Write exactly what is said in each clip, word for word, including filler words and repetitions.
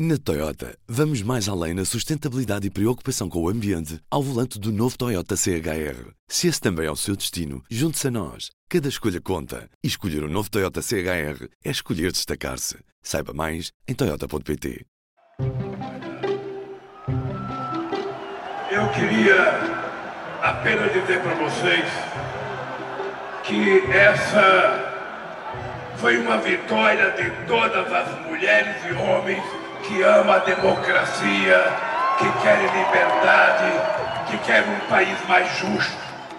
Na Toyota, vamos mais além na sustentabilidade e preocupação com o ambiente ao volante do novo Toyota C H R. Se esse também é o seu destino, junte-se a nós. Cada escolha conta. E escolher o novo Toyota C H R é escolher destacar-se. Saiba mais em toyota ponto pt. Eu queria apenas dizer para vocês que essa foi uma vitória de todas as mulheres e homens que amam a democracia, que querem liberdade, que querem um país mais justo.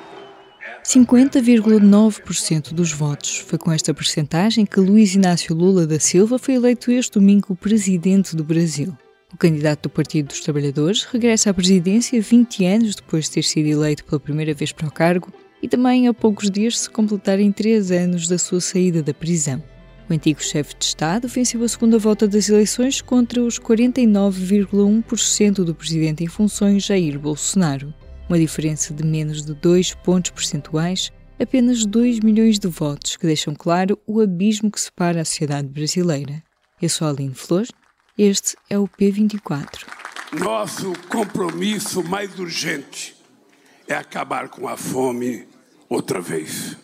cinquenta vírgula nove por cento dos votos. Foi com esta percentagem que Luiz Inácio Lula da Silva foi eleito este domingo presidente do Brasil. O candidato do Partido dos Trabalhadores regressa à presidência vinte anos depois de ter sido eleito pela primeira vez para o cargo e também a poucos dias de se completarem três anos da sua saída da prisão. O antigo chefe de Estado venceu a segunda volta das eleições contra os quarenta e nove vírgula um por cento do presidente em funções Jair Bolsonaro. Uma diferença de menos de dois pontos percentuais, apenas dois milhões de votos que deixam claro o abismo que separa a sociedade brasileira. Eu sou a Aline Flores, este é o P vinte e quatro. Nosso compromisso mais urgente é acabar com a fome outra vez.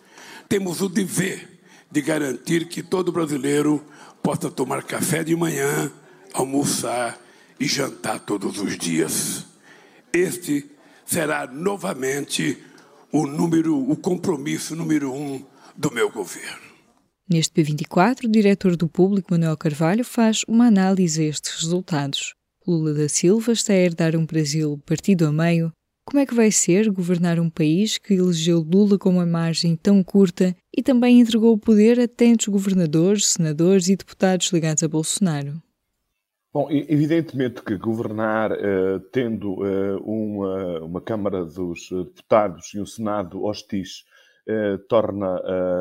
Temos o dever de garantir que todo brasileiro possa tomar café de manhã, almoçar e jantar todos os dias. Este será novamente o número, o compromisso número um do meu governo. Neste P vinte e quatro, o diretor do Público, Manuel Carvalho, faz uma análise a estes resultados. Lula da Silva está a herdar um Brasil partido a meio. Como é que vai ser governar um país que elegeu Lula com uma margem tão curta e também entregou o poder a tantos governadores, senadores e deputados ligados a Bolsonaro? Bom, evidentemente que governar uh, tendo uh, uma, uma Câmara dos Deputados e um Senado hostis uh, torna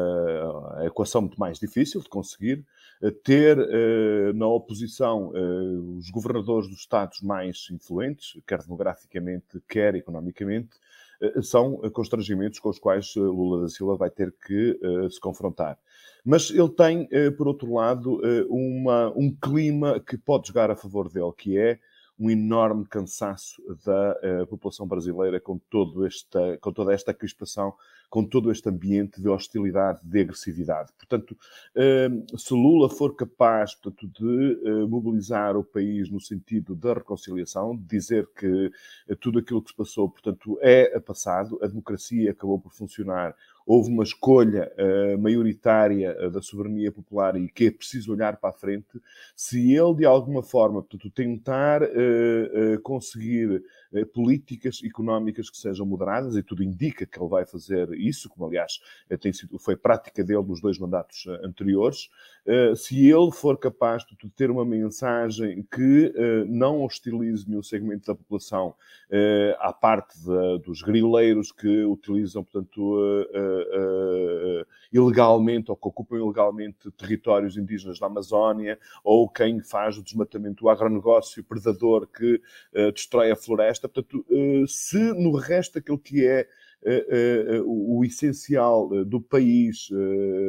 uh, a equação muito mais difícil de conseguir. Uh, ter uh, na oposição uh, os governadores dos Estados mais influentes, quer demograficamente, quer economicamente, uh, são constrangimentos com os quais uh, Lula da Silva vai ter que uh, se confrontar. Mas ele tem, por outro lado, uma, um clima que pode jogar a favor dele, que é um enorme cansaço da uh, população brasileira com, todo esta, com toda esta crispação, com todo este ambiente de hostilidade, de agressividade. Portanto, uh, se Lula for capaz, portanto, de uh, mobilizar o país no sentido da reconciliação, de dizer que uh, tudo aquilo que se passou, portanto, é passado, a democracia acabou por funcionar, houve uma escolha uh, maioritária uh, da soberania popular e que é preciso olhar para a frente, se ele, de alguma forma, portanto, tentar uh, uh, conseguir uh, políticas económicas que sejam moderadas, e tudo indica que ele vai fazer isso, como, aliás, uh, tem sido, foi prática dele nos dois mandatos uh, anteriores, uh, se ele for capaz portanto, de ter uma mensagem que uh, não hostilize nenhum segmento da população, uh, à parte de, dos grileiros que utilizam, portanto, uh, uh, Uh, ilegalmente ou que ocupam ilegalmente territórios indígenas da Amazónia, ou quem faz o desmatamento, o agronegócio predador que uh, destrói a floresta. Portanto, uh, se no resto daquilo que é Uh, uh, uh, o, o essencial uh, do país, uh,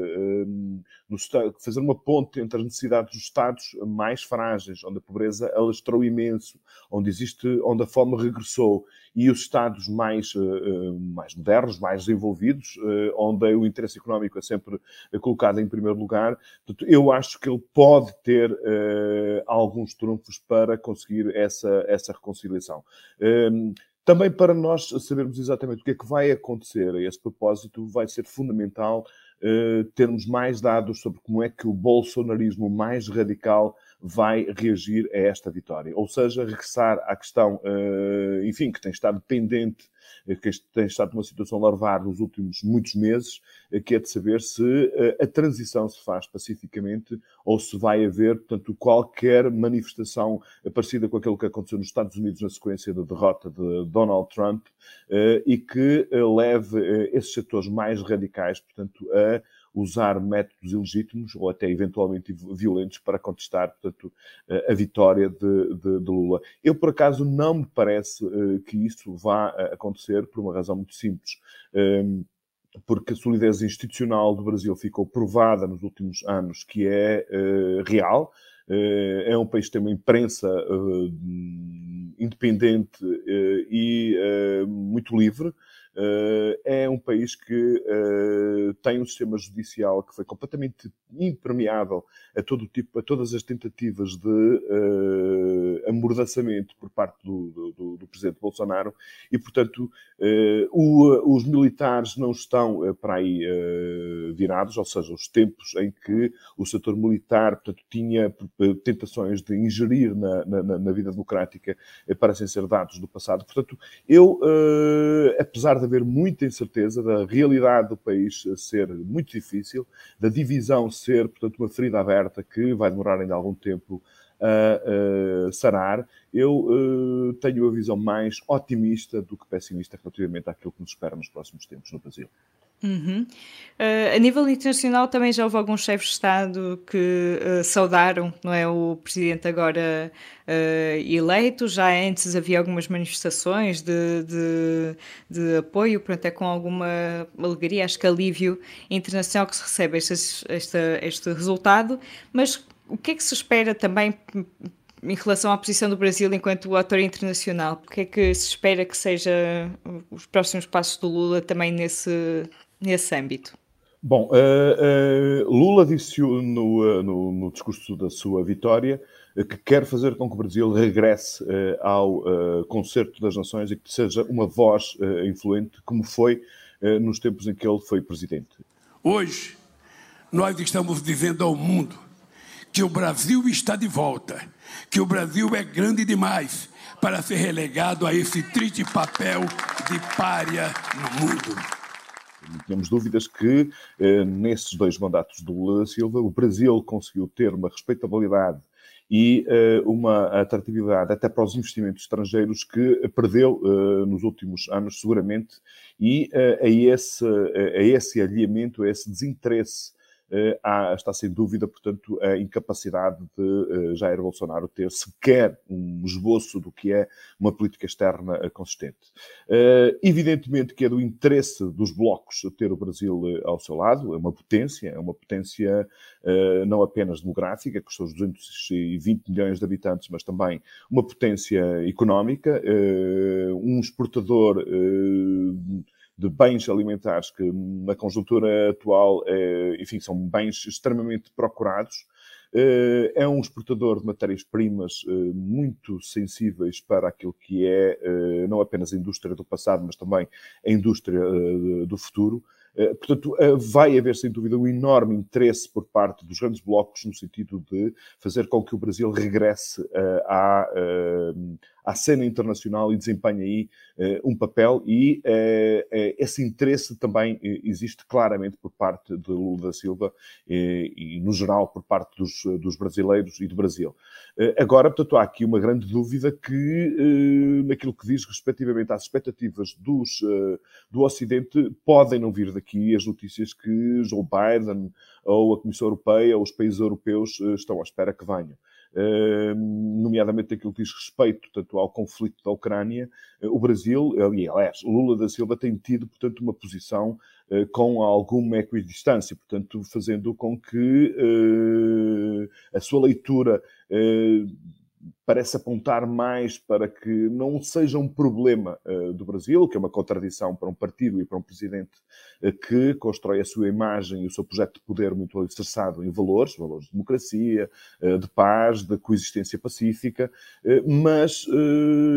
uh, no estado, fazer uma ponte entre as necessidades dos Estados mais frágeis, onde a pobreza alastrou imenso, onde existe, onde a fome regressou, e os Estados mais, uh, uh, mais modernos, mais desenvolvidos, uh, onde o interesse económico é sempre uh, colocado em primeiro lugar. Portanto, eu acho que ele pode ter uh, alguns trunfos para conseguir essa, essa reconciliação. Uh, Também para nós sabermos exatamente o que é que vai acontecer a esse propósito, vai ser fundamental uh, termos mais dados sobre como é que o bolsonarismo mais radical vai reagir a esta vitória. Ou seja, regressar à questão, uh, enfim, que tem estado pendente, que tem estado numa situação larvar nos últimos muitos meses, que é de saber se uh, a transição se faz pacificamente ou se vai haver, portanto, qualquer manifestação parecida com aquilo que aconteceu nos Estados Unidos na sequência da derrota de Donald Trump uh, e que uh, leve uh, esses setores mais radicais, portanto, a usar métodos ilegítimos ou até eventualmente violentos para contestar, portanto, a vitória de, de, de Lula. Eu, por acaso, não me parece uh, que isso vá acontecer por uma razão muito simples. Um, porque a solidez institucional do Brasil ficou provada nos últimos anos que é uh, real. é um país que tem uma imprensa independente e muito livre. Uh, é um país que uh, tem um sistema judicial que foi completamente impermeável a todo tipo, a todas as tentativas de uh, amordaçamento por parte do, do, do presidente Bolsonaro e, portanto, uh, o, os militares não estão uh, para aí uh, virados, ou seja, os tempos em que o setor militar, portanto, tinha tentações de ingerir na, na, na vida democrática uh, parecem ser dados do passado. Portanto, eu, uh, apesar de haver muita incerteza, da realidade do país ser muito difícil, da divisão ser, portanto, uma ferida aberta que vai demorar ainda algum tempo a, a sarar, eu uh, tenho a visão mais otimista do que pessimista relativamente àquilo que nos espera nos próximos tempos no Brasil. Uhum. Uh, a nível internacional também já houve alguns chefes de Estado que uh, saudaram, não é, o presidente agora uh, eleito. Já antes havia algumas manifestações de, de, de apoio, pronto, é com alguma alegria, acho que alívio internacional que se recebe este, este, este resultado. Mas o que é que se espera também em relação à posição do Brasil enquanto ator internacional? Porque é que se espera que seja os próximos passos do Lula também nesse, nesse âmbito? Bom, uh, uh, Lula disse no, uh, no, no discurso da sua vitória uh, que quer fazer com que o Brasil regresse uh, ao uh, concerto das nações e que seja uma voz uh, influente, como foi uh, nos tempos em que ele foi presidente. Hoje, nós estamos dizendo ao mundo que o Brasil está de volta, que o Brasil é grande demais para ser relegado a esse triste papel de pária no mundo. Não temos dúvidas que, eh, nesses dois mandatos do Lula da Silva, o Brasil conseguiu ter uma respeitabilidade e eh, uma atratividade até para os investimentos estrangeiros que perdeu eh, nos últimos anos, seguramente, e eh, a, esse, a esse alinhamento, a esse desinteresse, Uh, há, está sem dúvida, portanto, a incapacidade de uh, Jair Bolsonaro ter sequer um esboço do que é uma política externa uh, consistente. Uh, evidentemente que é do interesse dos blocos ter o Brasil uh, ao seu lado, é uma potência, é uma potência uh, não apenas demográfica, com os seus duzentos e vinte milhões de habitantes, mas também uma potência económica, uh, um exportador uh, de bens alimentares que, na conjuntura atual, é, enfim, são bens extremamente procurados. É um exportador de matérias-primas muito sensíveis para aquilo que é não apenas a indústria do passado, mas também a indústria do futuro. Portanto, vai haver, sem dúvida, um enorme interesse por parte dos grandes blocos no sentido de fazer com que o Brasil regresse à, à cena internacional e desempenhe aí um papel, e esse interesse também existe claramente por parte de Lula da Silva e, no geral, por parte dos, dos brasileiros e do Brasil. Agora, portanto, há aqui uma grande dúvida que, naquilo que diz respectivamente às expectativas dos, do Ocidente, podem não vir daqui as notícias que Joe Biden ou a Comissão Europeia ou os países europeus estão à espera que venham. Uh, nomeadamente aquilo que diz respeito, portanto, ao conflito da Ucrânia. Uh, o Brasil, e aliás, Lula da Silva tem tido, portanto, uma posição uh, com alguma equidistância, portanto, fazendo com que uh, a sua leitura uh, parece apontar mais para que não seja um problema uh, do Brasil, que é uma contradição para um partido e para um presidente uh, que constrói a sua imagem e o seu projeto de poder muito alicerçado em valores, valores de democracia, uh, de paz, de coexistência pacífica, uh, mas uh,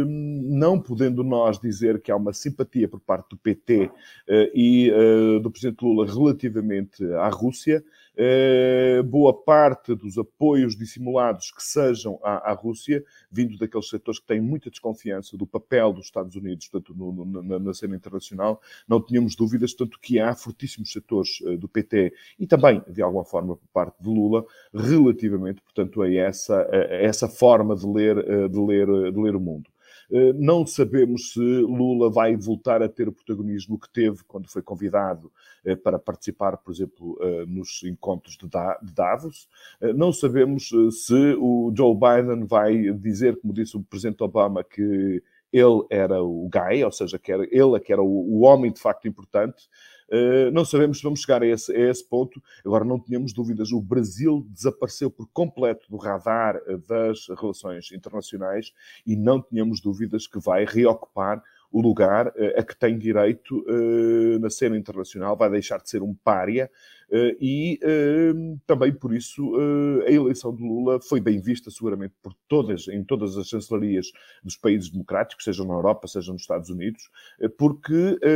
não podendo nós dizer que há uma simpatia por parte do P T uh, e uh, do presidente Lula relativamente à Rússia, uh, boa parte dos apoios dissimulados que sejam à, à Rússia, vindo daqueles setores que têm muita desconfiança do papel dos Estados Unidos, portanto, no, no, na, na cena internacional, não tínhamos dúvidas, tanto que há fortíssimos setores uh, do P T e também, de alguma forma, por parte de Lula, relativamente, portanto, a essa, a essa forma de ler, uh, de ler, uh, de ler o mundo. Uh, não sabemos se Lula vai voltar a ter o protagonismo que teve quando foi convidado uh, para participar, por exemplo, uh, nos encontros de, da de Davos. Uh, não sabemos uh, se o Joe Biden vai dizer, como disse o presidente Obama, que ele era o guy, ou seja, que era, ele é que era o, o homem de facto importante. Uh, não sabemos se vamos chegar a esse, a esse ponto. Agora, não tínhamos dúvidas, o Brasil desapareceu por completo do radar das relações internacionais e não tínhamos dúvidas que vai reocupar o lugar uh, a que tem direito uh, na cena internacional, vai deixar de ser um pária. Uh, e uh, também por isso uh, a eleição de Lula foi bem vista seguramente por todas, em todas as chancelarias dos países democráticos, seja na Europa, seja nos Estados Unidos, uh, porque,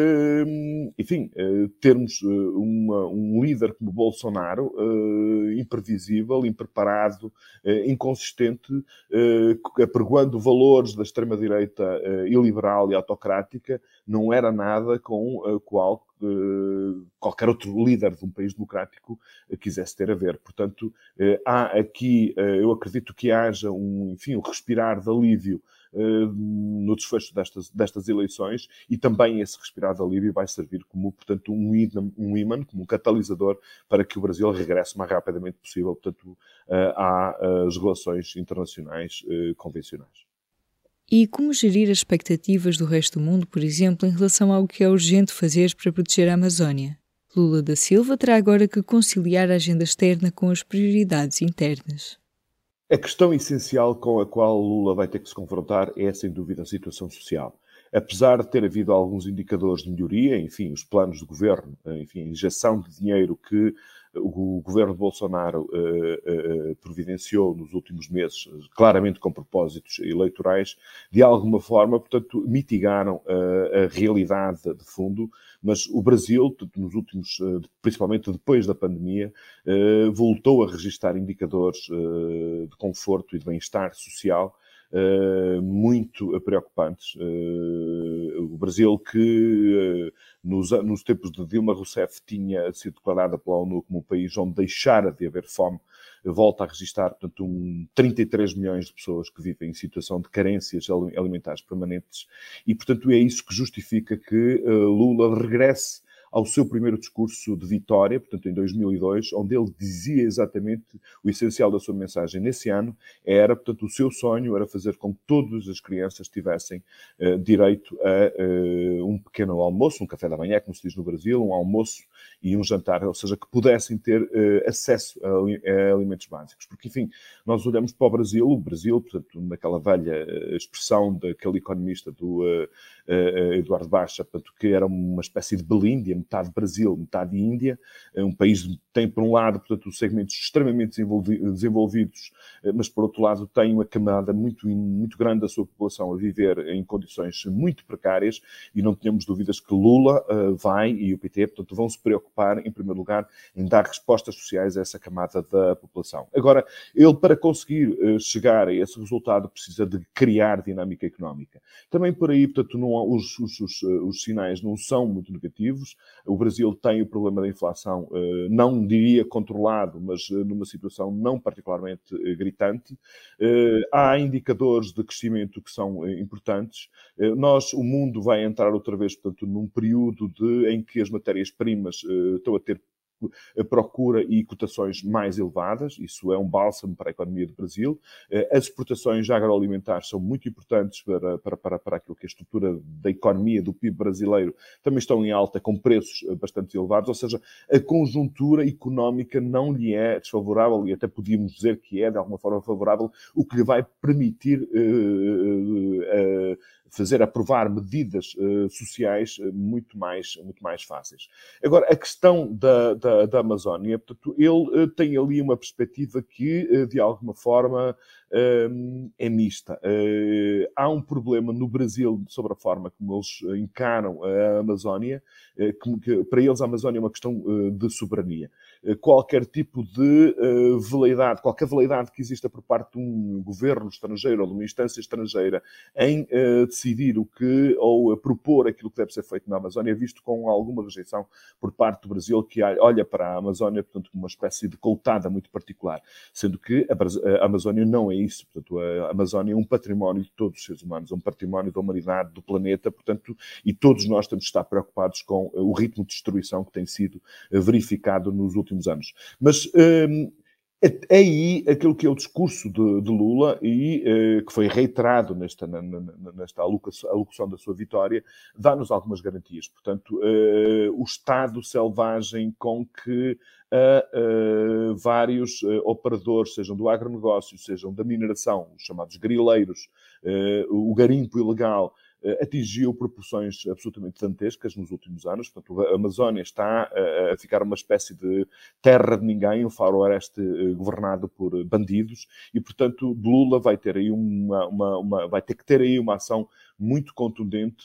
uh, enfim, uh, termos uh, uma, um líder como Bolsonaro, uh, imprevisível, impreparado, uh, inconsistente, uh, apregoando valores da extrema-direita uh, iliberal e autocrática, não era nada com o uh, qual qualquer outro líder de um país democrático quisesse ter a ver. Portanto, há aqui, eu acredito que haja um, enfim, um respirar de alívio no desfecho destas, destas eleições e também esse respirar de alívio vai servir como, portanto, um imã, um imã, como um catalisador para que o Brasil regresse o mais rapidamente possível, portanto, às relações internacionais convencionais. E como gerir as expectativas do resto do mundo, por exemplo, em relação ao que é urgente fazer para proteger a Amazónia? Lula da Silva terá agora que conciliar a agenda externa com as prioridades internas. A questão essencial com a qual Lula vai ter que se confrontar é, sem dúvida, a situação social. Apesar de ter havido alguns indicadores de melhoria, enfim, os planos do governo, enfim, a injeção de dinheiro que o governo de Bolsonaro uh, uh, providenciou nos últimos meses, claramente com propósitos eleitorais, de alguma forma, portanto, mitigaram uh, a realidade de fundo, mas o Brasil, portanto, nos últimos, uh, principalmente depois da pandemia, uh, voltou a registrar indicadores uh, de conforto e de bem-estar social Uh, muito preocupantes. Uh, o Brasil que uh, nos, nos tempos de Dilma Rousseff tinha sido declarada pela ONU como um país onde deixara de haver fome, volta a registrar, portanto, um, trinta e três milhões de pessoas que vivem em situação de carências alimentares permanentes e, portanto, é isso que justifica que uh, Lula regresse ao seu primeiro discurso de vitória, portanto, em dois mil e dois, onde ele dizia exatamente o essencial da sua mensagem nesse ano, era, portanto, o seu sonho era fazer com que todas as crianças tivessem uh, direito a uh, um pequeno almoço, um café da manhã, como se diz no Brasil, um almoço e um jantar, ou seja, que pudessem ter uh, acesso a, a alimentos básicos. Porque, enfim, nós olhamos para o Brasil, o Brasil, portanto, naquela velha uh, expressão daquele economista do uh, uh, Eduardo Baixa, portanto, que era uma espécie de Belíndia, metade Brasil, metade Índia, um país que tem, por um lado, portanto, segmentos extremamente desenvolvidos, mas, por outro lado, tem uma camada muito, muito grande da sua população a viver em condições muito precárias e não temos dúvidas que Lula uh, vai e o P T, portanto, vão se preocupar, em primeiro lugar, em dar respostas sociais a essa camada da população. Agora, ele, para conseguir uh, chegar a esse resultado, precisa de criar dinâmica económica. Também por aí, portanto, não há, os, os, os, os sinais não são muito negativos. O Brasil tem o problema da inflação, não diria controlado, mas numa situação não particularmente gritante. Há indicadores de crescimento que são importantes. Nós, o mundo vai entrar outra vez, portanto, num período de, em que as matérias-primas estão a ter a procura e cotações mais elevadas, isso é um bálsamo para a economia do Brasil. As exportações agroalimentares são muito importantes para, para, para, para aquilo que é a estrutura da economia, do P I B brasileiro, também estão em alta, com preços bastante elevados, ou seja, a conjuntura económica não lhe é desfavorável, e até podíamos dizer que é, de alguma forma, favorável, o que lhe vai permitir uh, uh, fazer aprovar medidas uh, sociais uh, muito, mais, muito mais fáceis. Agora, a questão da, da, da Amazónia, portanto, ele uh, tem ali uma perspectiva que, uh, de alguma forma, uh, é mista. Uh, há um problema no Brasil sobre a forma como eles encaram a Amazónia, uh, que, que para eles a Amazónia é uma questão uh, de soberania. Uh, qualquer tipo de uh, veleidade, qualquer veleidade que exista por parte de um governo estrangeiro ou de uma instância estrangeira em uh, decidir o que, ou propor aquilo que deve ser feito na Amazónia, visto com alguma rejeição por parte do Brasil, que olha para a Amazónia, portanto, como uma espécie de coltada muito particular, sendo que a Amazónia não é isso. Portanto, a Amazónia é um património de todos os seres humanos, é um património da humanidade, do planeta, portanto, e todos nós temos de estar preocupados com o ritmo de destruição que tem sido verificado nos últimos anos. Mas hum, É aí aquilo que é o discurso de, de Lula e eh, que foi reiterado nesta, na, na, nesta alocução, alocução da sua vitória, dá-nos algumas garantias. Portanto, eh, o Estado selvagem com que uh, uh, vários uh, operadores, sejam do agronegócio, sejam da mineração, os chamados grileiros, uh, o garimpo ilegal, atingiu proporções absolutamente dantescas nos últimos anos. Portanto, a Amazónia está a ficar uma espécie de terra de ninguém, um faroeste governado por bandidos, e, portanto, Lula vai ter aí uma, uma, uma, vai ter que ter aí uma ação muito contundente,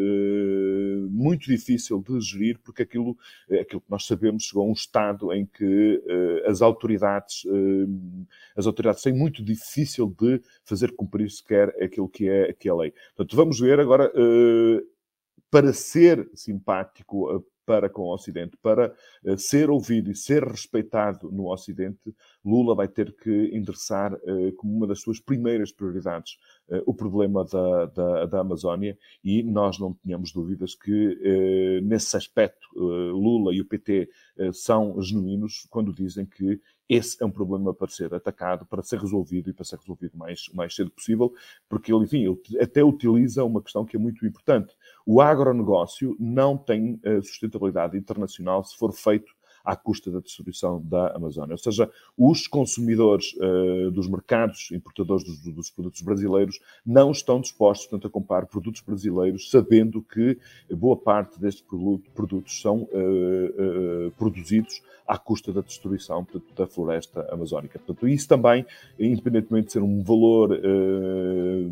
muito difícil de gerir, porque aquilo, aquilo que nós sabemos chegou a um estado em que as autoridades, as autoridades têm muito difícil de fazer cumprir sequer aquilo que é, que é a lei. Portanto, vamos ver agora, para ser simpático para com o Ocidente, para ser ouvido e ser respeitado no Ocidente, Lula vai ter que endereçar como uma das suas primeiras prioridades o problema da, da, da Amazónia, e nós não tínhamos dúvidas que, nesse aspecto, Lula e o P T são genuínos quando dizem que esse é um problema para ser atacado, para ser resolvido e para ser resolvido o mais, mais cedo possível, porque ele, enfim, ele até utiliza uma questão que é muito importante. O agronegócio não tem sustentabilidade internacional se for feito à custa da destruição da Amazónia. Ou seja, os consumidores uh, dos mercados importadores dos, dos produtos brasileiros não estão dispostos, portanto, a comprar produtos brasileiros, sabendo que boa parte destes produtos, produtos são uh, uh, produzidos à custa da destruição, portanto, da floresta amazónica. Portanto, isso também, independentemente de ser um valor uh,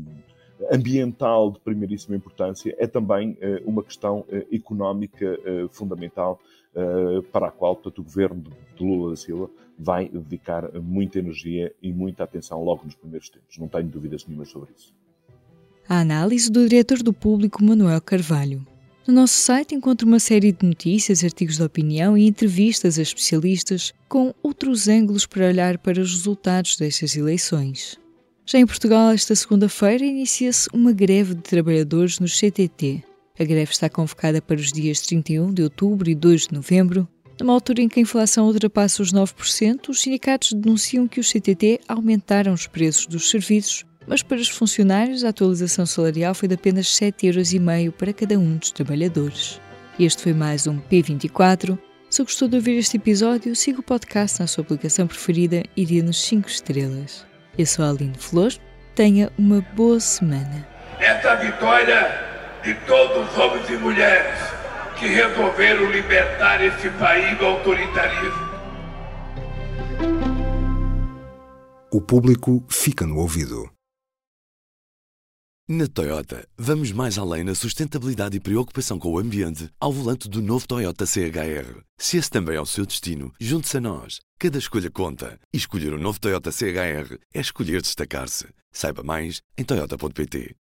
ambiental de primeiríssima importância, é também uh, uma questão uh, económica uh, fundamental, Uh, para a qual, portanto, o governo de Lula da Silva vai dedicar muita energia e muita atenção logo nos primeiros tempos. Não tenho dúvidas nenhuma sobre isso. A análise do diretor do Público, Manuel Carvalho. No nosso site encontra uma série de notícias, artigos de opinião e entrevistas a especialistas com outros ângulos para olhar para os resultados destas eleições. Já em Portugal, esta segunda-feira, inicia-se uma greve de trabalhadores no C T T. A greve está convocada para os dias trinta e um de outubro e dois de novembro. Numa altura em que a inflação ultrapassa os nove por cento, os sindicatos denunciam que os C T T aumentaram os preços dos serviços, mas para os funcionários a atualização salarial foi de apenas sete vírgula cinco euros para cada um dos trabalhadores. Este foi mais um P vinte e quatro. Se gostou de ouvir este episódio, siga o podcast na sua aplicação preferida e dê-nos cinco estrelas. Eu sou a Aline Flores. Tenha uma boa semana. Esta vitória de todos os homens e mulheres que resolveram libertar esse país do autoritarismo. O público fica no ouvido. Na Toyota, vamos mais além na sustentabilidade e preocupação com o ambiente ao volante do novo Toyota C H R. Se esse também é o seu destino, junte-se a nós. Cada escolha conta. E escolher o novo Toyota C H R é escolher destacar-se. Saiba mais em toyota ponto pt.